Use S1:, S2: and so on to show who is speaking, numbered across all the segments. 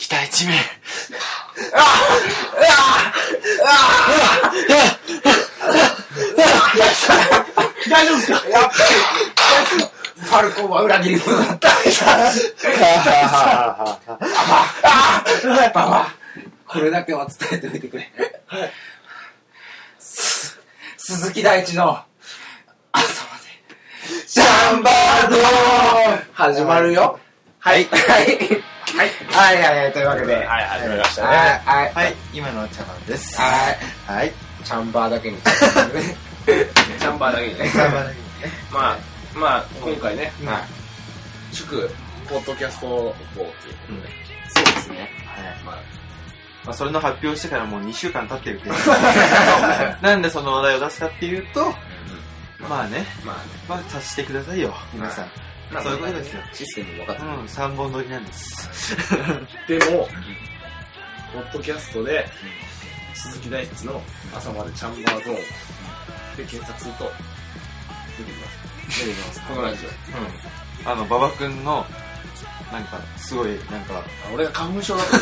S1: きた一名。
S2: 大丈夫ですか？やっぱりファルコンは裏切り者だった。ババ、これだけは伝えておいてくれ。鈴木大地の朝までシャンバード始まるよ。はいというわけで
S3: 始まりましたね。
S1: はい、今のは茶番です。
S2: はい、
S1: はい、
S2: チャンバーだけにチャンバーだけにね。
S3: まあ今回ね、祝ポッドキャスト号っていうことで、
S2: そうですね。
S1: まあそれの発表してからもう2週間経ってるけど、なんでその話題を出すかっていうと、まあ察してくださいよ、皆さん。そういうことですよ。
S2: システム分かってる。
S1: 3本撮りなんです。
S3: でもポッドキャストで鈴木大地の朝までチャンバーゾーンで検索すると出てきます。このラジ
S1: オ。馬場くんのなんかすごいなんか
S3: 俺が花粉症だったん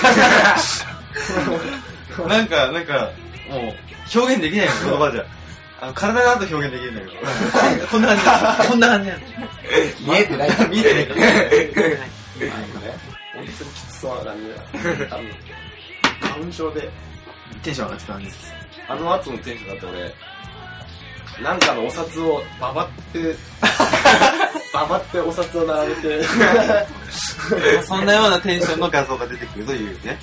S3: だ
S1: なんかもう表現できないよ言葉じゃ。体だと表現できるんだけど、こんな感じなの。
S2: 見えてない。
S1: 見えてないから。
S3: 本当にきつそうな感じだ。多分花粉症で
S1: テンション上がってたんです。
S3: あの後のテンションだって俺なんかのお札をババってお札を並べて
S1: そんなようなテンションの画像が出てくるというね。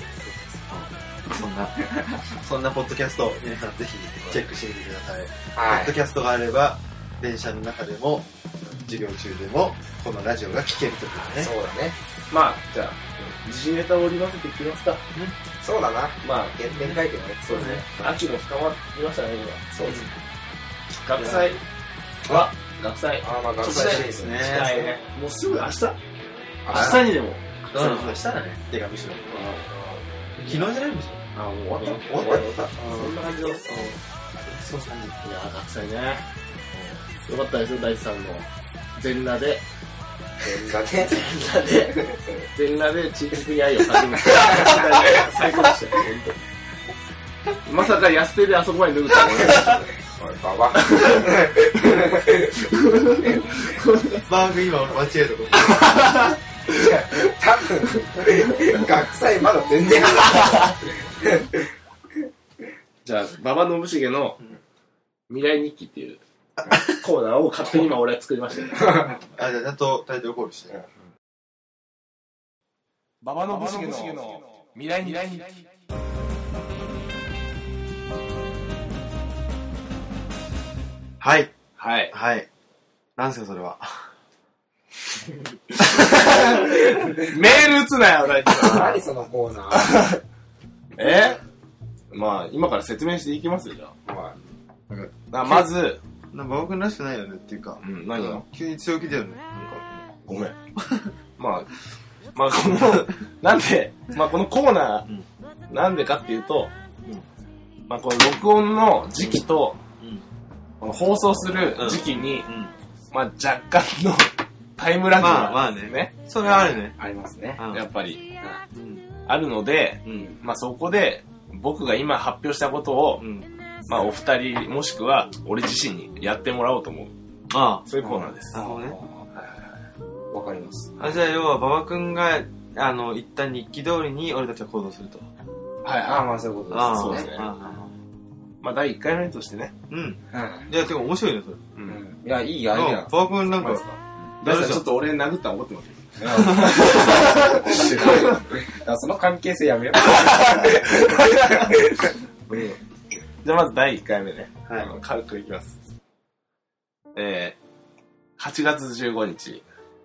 S1: そんなポッドキャストを皆さんぜひチェックしてみてください。ポッドキャストがあれば電車の中でも授業中でもこのラジオが聞けるというね。
S2: そうだね。
S3: まあじゃあ時事ネタを織り交ぜていきますか。
S2: そうだな。
S3: まあ
S2: 原点回帰ね。
S3: そうですね。秋も深まってきましたね今。
S2: そうですね。
S3: 学祭学祭
S1: ですね。
S3: 近いね。もうすぐ明日にでも。
S1: 明日だね。てかむしろ。昨日じゃないむしろ。
S3: もう終わった。そんな感じの。そう感じ。いや学祭ね。よかったですよ大地さんの全裸でチークに愛を叫ぶ。最高でしたよ本当。まさか安手であそこまで脱ぐとは思いました。
S2: ババ
S1: バーグ今俺間違えたと思う。
S2: 多分学祭まだ全然
S3: じゃあ馬場信繁の未来日記っていうコーナーを勝手に今俺は作りましたよ。
S1: じゃあちゃんとタイトルコールして。
S3: 馬場信繁の未来日記。
S1: はい。なんすかそれは。
S3: メール打つなよ大地さん。
S2: 何そのコーナー。
S3: まあ今から説明していきますよじゃ
S2: あ。
S3: まず
S1: 馬場くんらしくないよねっていうか。
S3: 何が？
S1: 急に強気だよね。
S3: ごめん。まあこのなんでこのコーナーなんでかっていうと、この録音の時期とこの放送する時期に若干のタイムラグがね。
S1: それはあるね。
S2: ありますね。
S3: やっぱりあるので、そこで僕が今発表したことをお二人もしくは俺自身にやってもらおうと思う。そういうコーナーです。
S1: なるほどね。
S2: わかります。
S1: じゃあ要は馬場くんが一旦日記通りに俺たちは行動すると。
S2: まあそういうことです。
S3: そうですね。第1回目としてね。
S1: いや、てか面白いね、それ。
S2: いや、いいアイデア。
S1: 馬場くんなんか、
S3: ちょっと俺殴ったら怒ってますよ。
S2: その関係性やめよう。
S3: じゃあまず第1回目ね。軽くいきます。8月15日。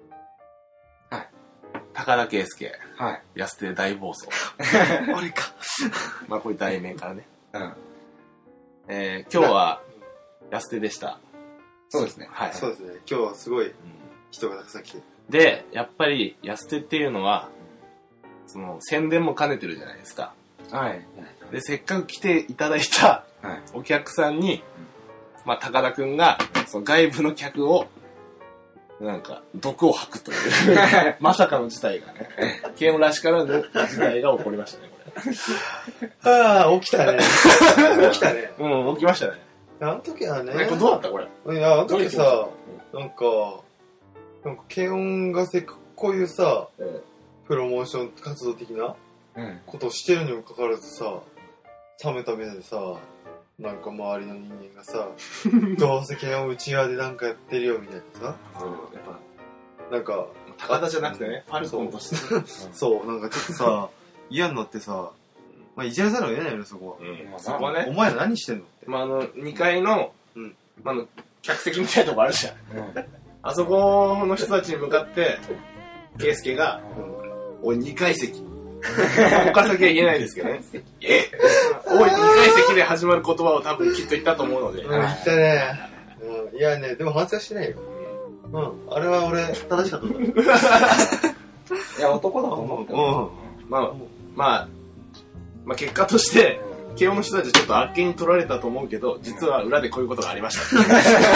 S3: 高田圭介。安手大暴走。
S1: 俺か。
S3: これ題名からね。今日は安手でした。
S2: そうですね。
S1: そうですね。今日はすごい人がたくさん来て。
S3: で、やっぱり安手っていうのは、その宣伝も兼ねてるじゃないですか。で、せっかく来ていただいたお客さんに、高田くんがその外部の客をなんか、毒を吐くという、まさかの事態がね、軽音らしからぬ事態が起こりましたね、こ
S1: れ。ああ、起きたね。起きたね。
S3: うん、起きましたね。
S1: あの時はね。
S3: これどうだったこれ。
S1: いや、あの時さ、なんか、軽音がこういうさ、プロモーション活動的なことをしてるにもかかわらずさ、冷めた目でさ、なんか周りの人間がさ、どうせ軽音内側でなんかやってるよみたいなさ、
S3: やっぱ、
S1: なんか、
S3: 高田じゃなくてね、ファルコンとして。
S1: そう、なんかちょっとさ、嫌になってさ、まあ、いじらざるを得ないよね、そこは。
S3: そこはね。
S1: お前ら何してんのって。
S3: まあ、2階の、客席みたいなとこあるじゃん。あそこの人たちに向かって、ケイスケが、おい、2階席。他先は言えないですけどね。おい、2階席で始まる言葉を多分きっと言ったと思うので。
S1: 言ったね。いやね、でも反省はしてないよ。あれは俺、正しかったんだ。
S2: いや、男だと思うけど。
S3: まあ、結果として、慶応の人たちちょっとあっけに取られたと思うけど、実は裏でこういうことがありました。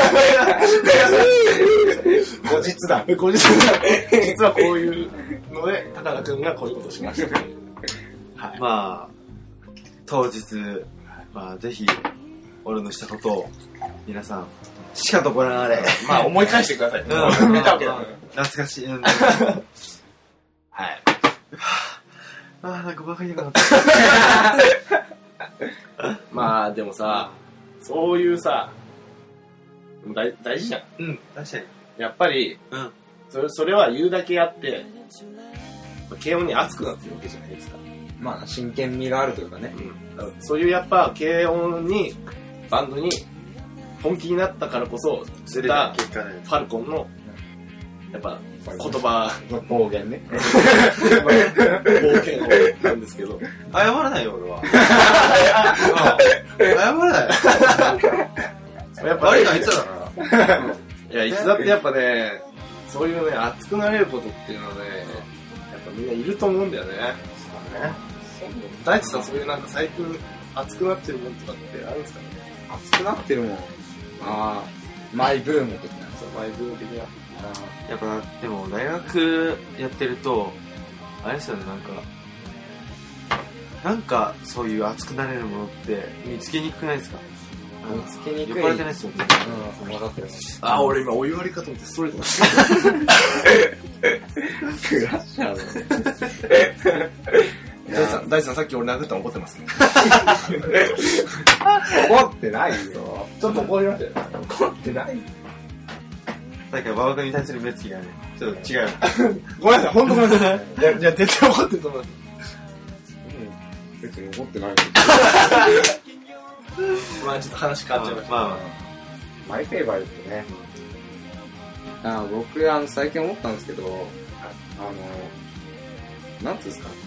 S2: 後日談。
S3: 実はこういうので、高田くんがこういうことをしました。
S1: はい。まあ、当日、まあ、ぜひ、俺のしたことを、皆さん、しかとご覧あれ。
S3: まあ、思い返してください。見たわけだから。
S1: 懐かしい。はい。なんかバカ言いなかった。
S3: まあ、でもさ、そういうさ、大事じゃん。
S1: 確かに。
S3: やっぱり、それは言うだけあって、軽音に熱くなってるわけじゃないですか。
S2: まあ、真剣味があるというかね。
S3: そういうやっぱ、軽音に、バンドに、本気になったからこそ、出たファルコンの、やっぱ、言葉
S2: の暴言ね。
S3: 暴言なんですけど。
S1: 謝らないよ、俺は。謝らない。やっぱ悪いのあいつらだから。
S3: いや、いつだってやっぱね、そういうね、熱くなれることっていうのはね、やっぱみんないると思うんだよね。そうね。大地さん、そういうなんか最近熱くなってるもんとかってあるんですかね。
S2: 熱くなってるもん。マイブーム的な。
S3: マイブーム的な。
S1: やっぱ、でも大学やってると、あれですよね、なんかそういう熱くなれるものって見つけにくくないですか？
S2: 見つけにくい。
S1: 酔っ払ってないですよね。
S2: 分かってる。
S3: 俺今お湯割りかと思ってストレートだ。
S2: クラッシャ
S3: ー大地さんさっき俺殴ったの怒ってますね。
S2: 怒ってないよ。
S3: ちょっと怒りましたよ。
S2: 怒ってない。
S1: だから馬場君に対する目つきがね、ちょっと違う。
S3: ごめんなさい、ほんとごめんなさい。いや、絶対怒ってると思います。
S2: 別に怒ってない
S3: まあちょっと話変わっちゃいました。
S2: マイフェイバリットね。僕、最近思ったんですけど、なんつうんですか、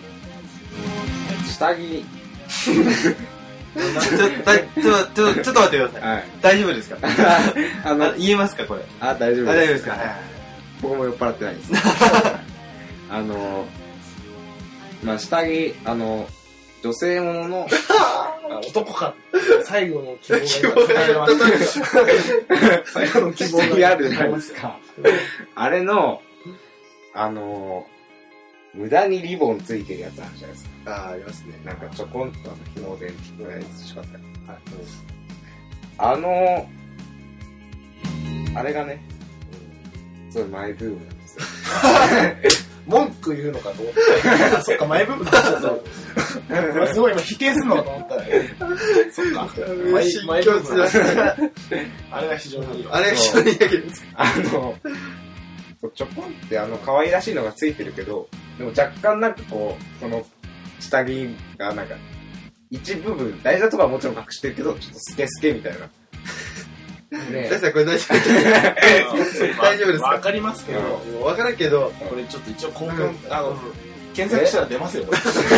S2: 下着。
S1: ちょっと待ってください。はい、大丈夫ですか？言えますかこれ？
S2: 大丈夫です。
S1: 大丈夫ですか？
S2: 僕も酔っ払ってないです。まあ、下着、女性ものの、
S3: 男か。最後の希望が最後の希望が
S2: あるじゃないですか。あれの、無駄にリボンついてるやつあるじゃないですか。
S1: ありますね。
S2: なんかちょこんと紐でぐらいしかった。あれがね、すごいマイブームなんですよ。
S3: 文句言うのかと思った。そっか、マイブームだったぞ。すごい今否定するのかと思ったね。そっか。マイブームだった。あれが非常にいい。
S1: あれが非常にいいわけです。
S2: ちょこんって可愛らしいのがついてるけど、でも若干なんかこう、その下着がなんか、一部分、大事なところはもちろん隠してるけど、ちょっとスケスケみたいな。
S1: ねえ。これ大丈夫ですか？
S3: わかりますけど。
S1: わからんけど、
S3: これちょっと一応交換、検索したら出ますよ。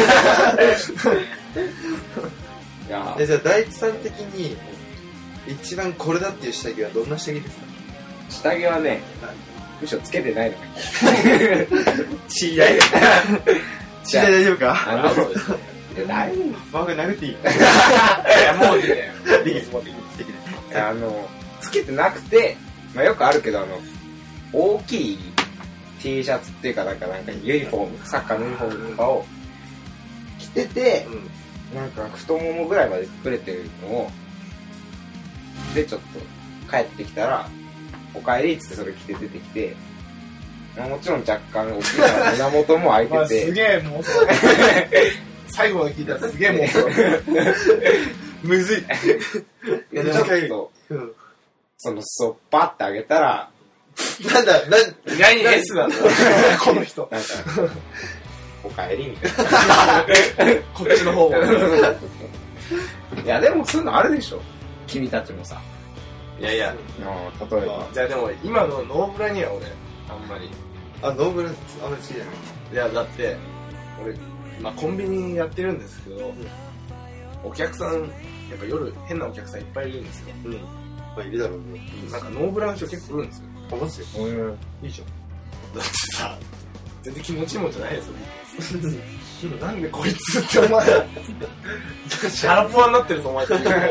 S1: じゃあ大地さん的に、一番これだっていう下着はどんな下着ですか？
S2: 下着はね、むしろつけてないのがいい。
S1: 血合い大丈夫か？
S3: そうですね。
S2: 大丈夫。
S1: 僕殴っていい？いや、
S3: もうできない。
S1: できる。
S2: つけてなくて、まあよくあるけど、 大きい T シャツっていうかなんかユニフォーム、サッカーのユニフォームとかを着てて、なんか太ももぐらいまで膨れてるのを、でちょっと帰ってきたら、お帰りっつってそれ着て出てきて、もちろん若干大きいから胸元も開いてて。
S3: すげえ妄想。最後まで聞いたらすげえ妄想。むずい。
S2: で、ちょっと、その裾をバッて上げたら、
S3: 意外に S なんだ。この人。
S2: なんか、お帰りみたいな。
S3: こっちの方も。
S2: いや、でもそういうのあるでしょ。君たちもさ。
S3: いやいや。
S2: 例えば。
S3: じゃあでも今のノーブラには俺、あんまり。
S1: ノーブラあんまり好きじゃない。
S3: いや、だって、俺、まあコンビニやってるんですけど、お客さん、やっぱ夜変なお客さんいっぱいいるんですよ。
S1: まあいるだろうね。
S3: なんかノーブラの人結構来るんですよ。
S1: あ、マジでいいじゃん。
S3: だってさ、全然気持ちいいもんじゃないですよ。なんでこいつってお前、シャラポワになってるぞお前って。
S1: 確か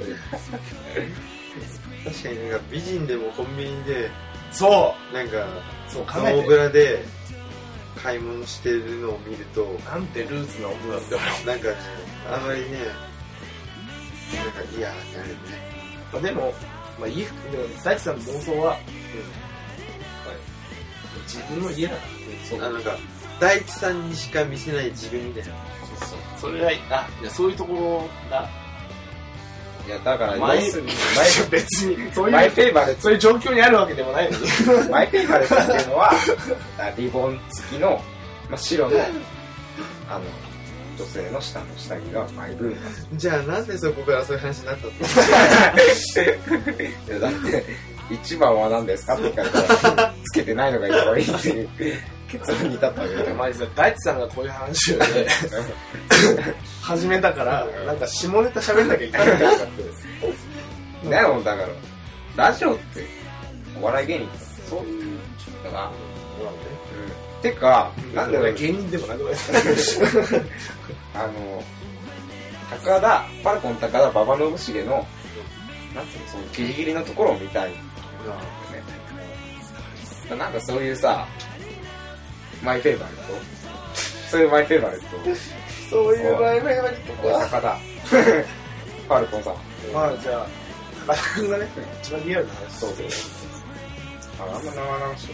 S1: になんか美人でもコンビニで、
S3: そう
S1: なんか、
S3: そう
S1: ノーブラで買い物してるのを見ると、
S3: なんてルーズな女だって
S1: なんかね、あんまりね、なんか嫌ってなるよね。
S3: まあでも、まあいい服、でも大地さんの妄想は、自分の家だからね。
S1: なんか、大地さんにしか見せない自分みたいな。
S3: それがいやそういうところが、
S2: いや、だから、
S3: 別に、そういう、
S2: マイフェイバレット、
S3: そういう状況にあるわけでもないのに。
S2: マイフェイバレットっていうのは、リボン付きの、まあ、白の、女性の下の下着がマイブーム。
S1: じゃあなんでそこからそういう話になったの？
S2: いやだって、一番は何ですかって聞かれたら、つけてないのが一番いいっていう結論に至ったわけで。
S3: マジで、大地さんがこういう話をね、始めたから、なんか下ネタ喋んなきゃいけないんだよって。
S2: でもだから、ラジオってお笑い芸人ってそういうのが、てか、なんで俺
S3: 芸人でもなくないですか？
S2: ファルコン高田馬場信繁の、なんていうの、そのギリギリのところを見たい。なんかそういうさ、マイフェイバリットそういうマイフェイバリット
S1: そういうマイフェイバリットか。
S2: 高田。ファルコンさん。
S3: まあじゃあ、高田君がね、一番リアルな話。
S2: そうそう。あんま生々しい。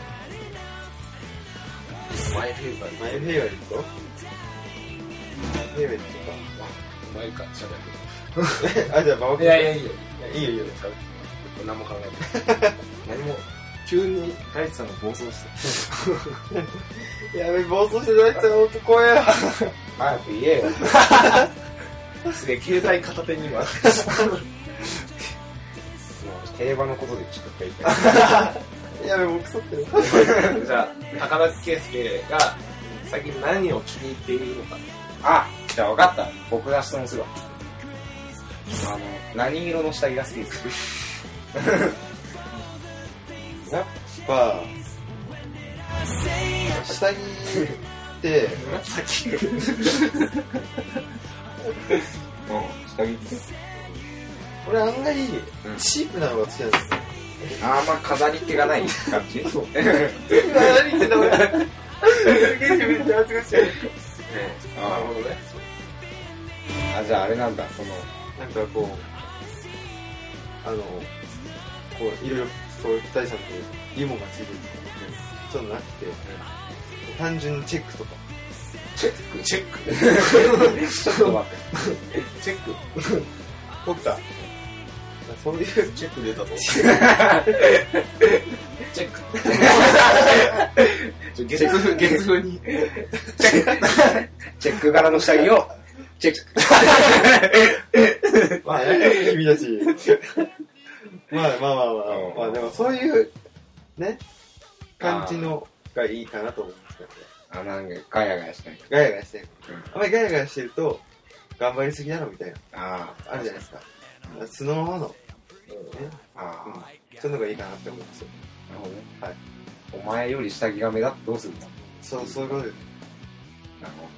S3: マイフェイバリット。
S1: マイフェイバリット？マイフェイバリットか。
S3: マイか、喋
S1: る。あ、じゃあ、馬場君。
S3: いや、いいよ。
S1: いいよ。
S3: 何も考えてない。何も、急に大地さんが暴走して。
S1: やべ、暴走して大地さんの音怖えよ。
S2: 早く言えよ。
S3: すげえ、携帯片手に今。
S2: 競馬のことでちょっと言いたい。
S1: やべ、もう腐ってる。
S3: じゃあ、高田圭介が最近何を気に入っているのか。
S2: あ、じゃあ分かった。僕が質問するわ。何色の下着が好きですか？
S1: やっぱ、下着って、
S2: 下着って
S1: 俺案外、チープなのが好きなんですよ。
S2: あんま飾り気がない感じ？そう。
S1: 何言ってんだ俺。すげえ自分で恥ずかしい。
S3: なるほどね。
S2: じゃああれなんだ、
S1: なんかこう、いろいろ、そういう二人さんとユーモアがついてるそういうのなくて、単純にチェックとか。
S3: チェック
S2: ちょっと待って。
S3: チェック
S1: 取った。そういう
S3: チェック出たぞ。
S2: チェック。
S3: 月風に。
S2: チェック柄の下着を、チェック。
S1: まあね、君たち。まあ、でもそういう、ね、感じのがいいかなと思うんですけどね。
S2: なんかガヤガヤしてない。
S1: ガヤガヤしてる。あんまりガヤガヤしてると、頑張りすぎだろみたい
S2: あ
S1: な。あるじゃないですか。素のままの。そういうのがいいかなって思うんですよ。
S2: なるほどね。
S1: はい。
S2: お前より下着が目立ってどうするんだ？
S1: そういうことです。
S2: なるほ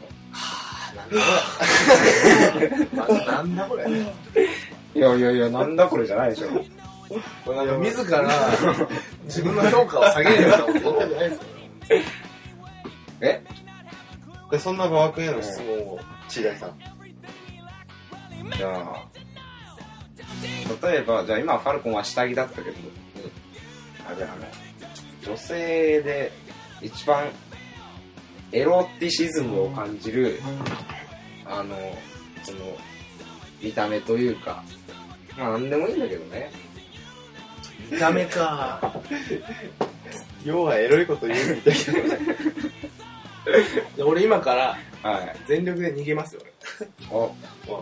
S3: なんだこれ。
S2: ど。いや、なんだこれじゃないでしょ。
S3: なんか自ら自分の評価を下げるようなこと言ったんじゃないですか。
S1: でそんな馬場君への質問を千代さん。
S2: じゃあ例えばじゃあ今ファルコンは下着だったけど、じゃあ女性で一番エロティシズムを感じるその見た目というか、まあ何でもいいんだけどね。
S3: 見た目か。
S1: 要はエロいこと言うみたい
S3: で俺今から
S2: はい。
S3: 全力で逃げますよ。
S2: そう。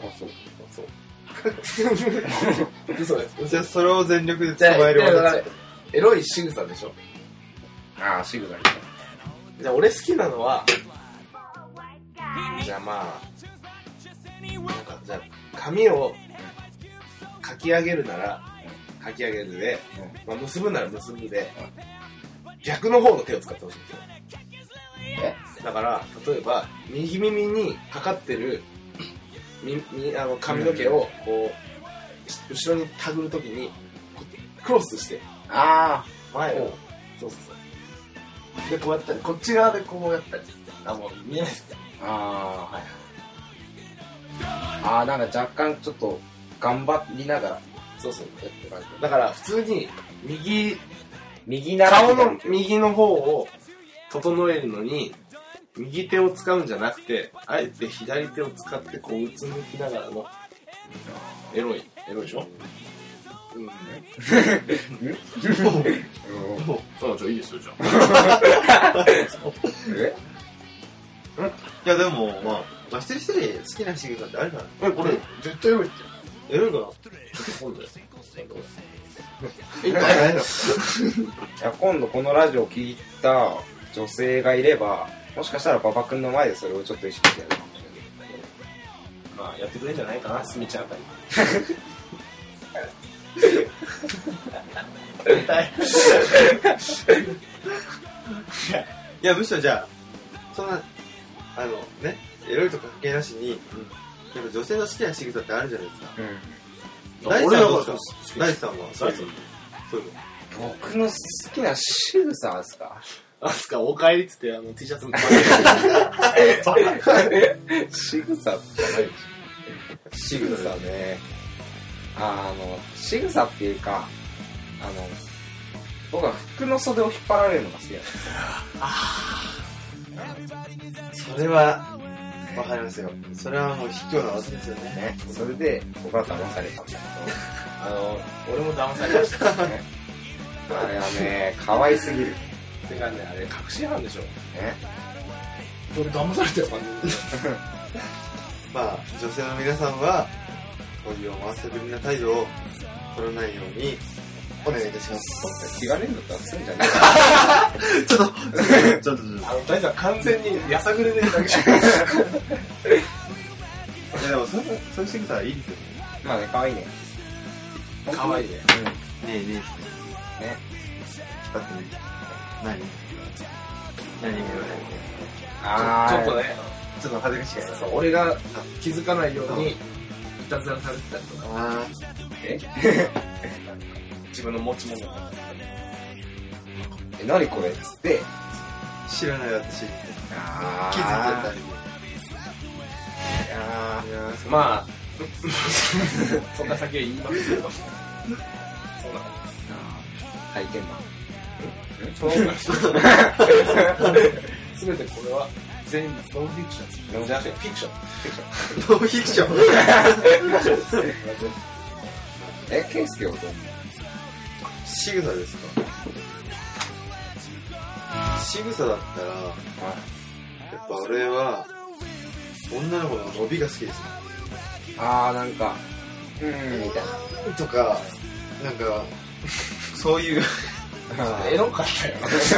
S3: 嘘です。
S1: じゃあそれを全力で捕まえるわけです。
S3: エロい仕草でしょ。
S2: ああ、シグナル。
S3: じゃあ俺好きなのは、じゃあまあ、なんかじゃあ髪をかき上げるなら、かき上げるで、まあ、結ぶなら結ぶで、逆の方の手を使ってほしいんですよ。だから例えば右耳にかかってる髪の毛をこう後ろにたぐるときにクロスして前をそうでこうやったりこっち側でこうやったりもう見えないですか。
S2: はい。なんか若干ちょっと頑張りながら
S3: そうだから普通に
S2: 顔
S3: の右の方を整えるのに右手を使うんじゃなくてあえて左手を使ってこううつむきながらのエロいでしょ。いいですよじゃあ。
S1: いやでもまあ一人一人好きな仕草ってあるからね。
S3: これ絶対エロいって
S1: エロいかな。ちょっと今度
S2: 今度このラジオを聞いた女性がいれば、もしかしたら馬場君の前でそれをちょっと意識してやるかもしれない。
S3: まあやってくれるんじゃないかな、すみちゃんあたり。
S1: いやむしろじゃあそんなエロいとか関係なしに、やっぱ女性の好きな仕草ってあるじゃないですか。大地さんはどうですか。大地さんはそういうの。
S2: 僕の好きな仕草ですか。
S3: お帰りっつってT シャツも
S2: 仕草じゃない仕草ね。仕草っていうか僕は服の袖を引っ張られるのが好きなんですよ。
S1: それはわかりますよ。それはもう卑怯なわけですよね。
S2: それで僕は騙されたんだけど
S3: 俺も騙されましたね。
S2: あれはね可愛すぎる。
S3: てかね、あれ確信犯でしょ。
S2: 俺
S3: 騙されてる感じ。
S1: まあ女性の皆さんはこういう思わせぶりな態度を取らないようにお願いいたします。
S2: 気がねえんだったらすんじゃねえ
S1: ちょっと
S3: 大さん完全にやさぐれでるだけじゃん。
S1: いやでもそういう仕草はいいですよね。
S2: まあね、可愛いね。
S3: 可愛いね。
S1: ねえ引っ張ってね。何ちょっとね、ちょっと恥ずかしいから。
S3: 俺が気づかないようにいたずらされてたりとか。自分の持ち物とか。
S2: 何これっつって
S1: 知らない私。気づいちゃったり。
S3: まあそんな先は言いますけど。そんな
S2: 体験談。
S3: すべてこれは全部ノンフィクションじゃなくてフィクション。
S1: ノンフィクション。
S2: ケイスケはどう？
S1: 仕草ですか。仕草だったら、やっぱ俺は女の子の伸びが好きですね。
S2: なんかみたい
S1: なとかなんかそういう
S3: エロかったよ。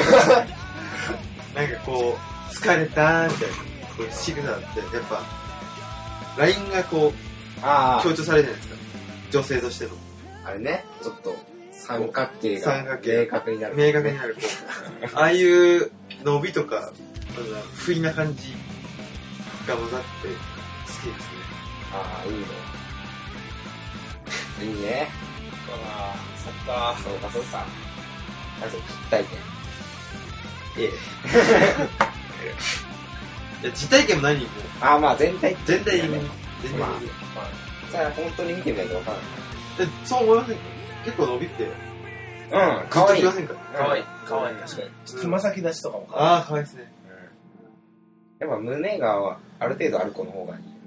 S1: なんかこう疲れたみたいなこういう仕草ってやっぱラインがこう強調されるじゃないですか。女性としての
S2: あれね、ちょっと三角形が明確になる。
S1: こうああいう伸びとか不意な感じが混ざって好きですね。
S2: いいね。いいね。
S3: 最か。
S2: そうか。まず実体験。
S1: いや、実体験も何も。
S2: まあ全体
S1: 全体に。
S2: まあ、それは本当に見てみないとわからない。
S1: そう思いませんか？結構伸びて。
S2: かわいい。
S1: ませんか？
S3: かわいい。確かに。つま先立ちとかもか
S1: わいい。かわいいですね。
S2: やっぱ胸がある程度ある子の方がいいよね。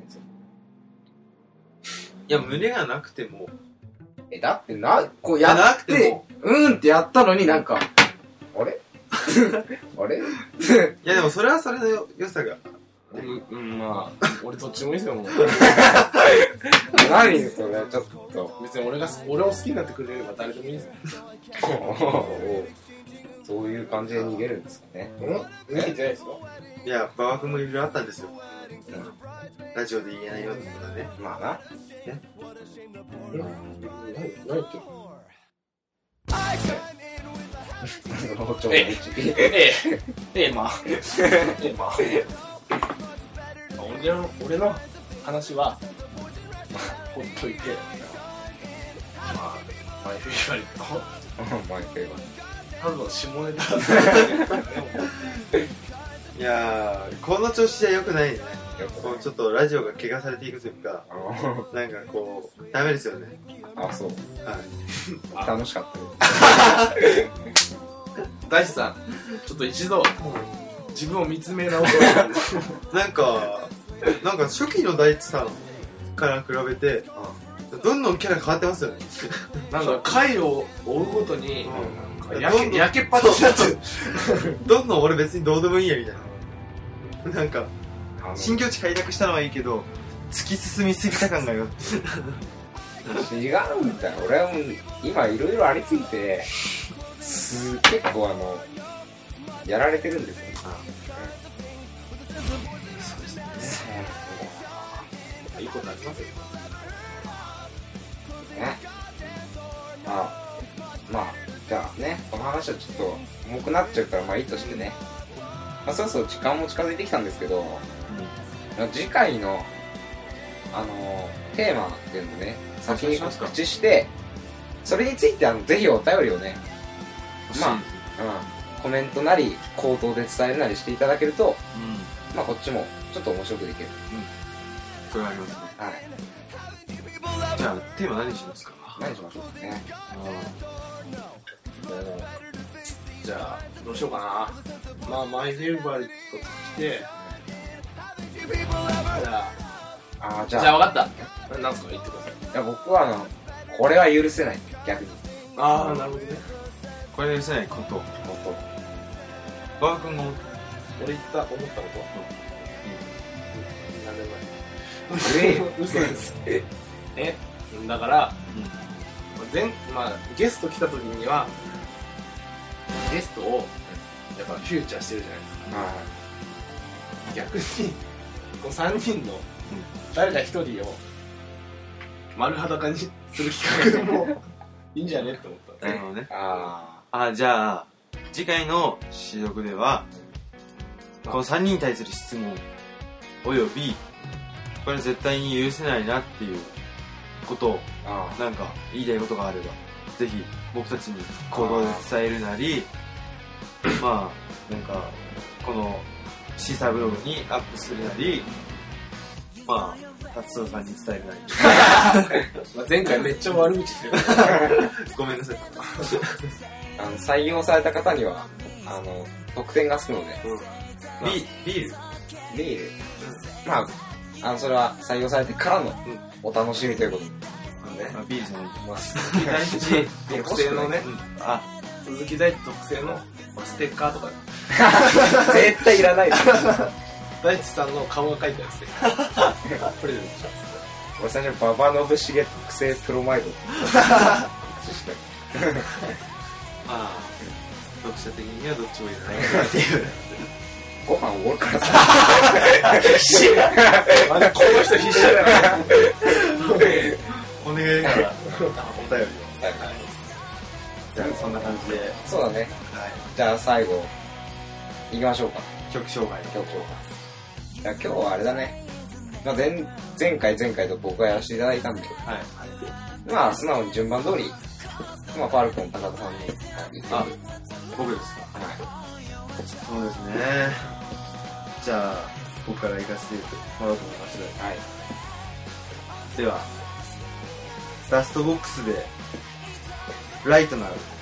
S1: いや、胸がなくても。
S2: だってこうやって、ってやったのになんか、あれあれい
S1: や、でもそれはそれの良さが。
S3: まあ、俺どっちもいいですよ、もう。
S2: 何それ、ちょっと。
S3: 別に俺を好きになってくれれば誰でもいいですよ。
S2: そういう感じで逃げるんですかね。
S3: 逃げてないですよ。
S1: いや、馬場君もいろいろあったんですよ。ラジオで言えないようなことだね。
S2: まあな。
S3: 何言ってる俺の話はほっといて、マイフェイバリット
S2: マイフェイバリッ
S3: トただの下ネタ
S1: いやー、この調子じゃ良くないね。ちょっとラジオが怪我されていくというか、なんかこう、ダメですよね。
S2: そう。はい。楽しかったです。
S3: 大志さん、ちょっと一度、自分を見つめ直そう。
S1: なんか初期の大地さんから比べて、どんどんキャラ変わってますよね。
S3: なんか回を追うごとに、焼けっぱなしになっちゃう。
S1: どんどん俺別にどうでもいいやみたいな。なんか、新境地開拓したのはいいけど、突き進みすぎた感がよ。
S2: 違うんだよ。俺はもう今いろいろありすぎて、結構やられてるんですよ。
S1: そうですね。
S3: いいことありますよ。
S2: ね。まあ、じゃあね、この話はちょっと重くなっちゃうからまあいいとしてね。そろそろ時間も近づいてきたんですけど、次回のテーマっていうのをね、先に告知して、それについてぜひお便りをね、コメントなり口頭で伝えるなりしていただけると、まあこっちもちょっと面白くできる。
S1: それはありますね。
S2: はい。
S1: じゃあテーマ何しますか？
S2: 何しましょうかね。
S3: じゃあどうしようかな。まあマイフェイバリットときて、じゃあ分かった。何すか言ってください。
S2: いや僕はこれは許せない、逆に。
S3: なるほどね。
S1: これ許せないこと。馬場君が
S3: 俺思ったこと何でもない。嘘です。だから、ゲスト来た時にはゲストをやっぱフューチャーしてるじゃないですか。逆にこの3人の誰か1人を丸裸にする企画でもいいんじゃねって思った。
S1: なるほどね。じゃあ次回の収録ではこの3人に対する質問およびこれ絶対に許せないなっていうことをなんか言いたいことがあればぜひ僕たちに行動で伝えるなりまあなんかこのシーサーブログにアップするなりまあ達郎さんに伝えるなり
S3: 前回めっちゃ悪口してる
S1: ごめんなさい
S2: 採用された方には特典がつくので、
S1: ビール、
S2: まあそれは採用されてからのお楽しみということで、
S1: ビールじゃないと思います
S3: 鈴木大地特製のね、鈴木大地特製のステッカーとか
S2: 絶対いらないです
S3: 大地さんの顔が描いたやつでプレゼントします。
S2: 俺最初馬場信繁特製プロマイド
S1: 読者的にはどっちもいらないっていう
S2: ご飯おごるからさ
S3: 必死この人必死だよ
S1: お願いだからお便りをじゃあそんな感じで
S2: そうだね、じゃあ最後いきましょうか。
S1: 曲紹介
S2: じゃあ今日はあれだね、前回と僕がやらせていただいたんで、まあ素直に順番通りまあ、ファルコン高田さんに。
S1: あ、僕ですか。はい。そうですね。じゃあ、僕から行かせてもらおうと思います。はい。では、ラストボックスで、ライトなる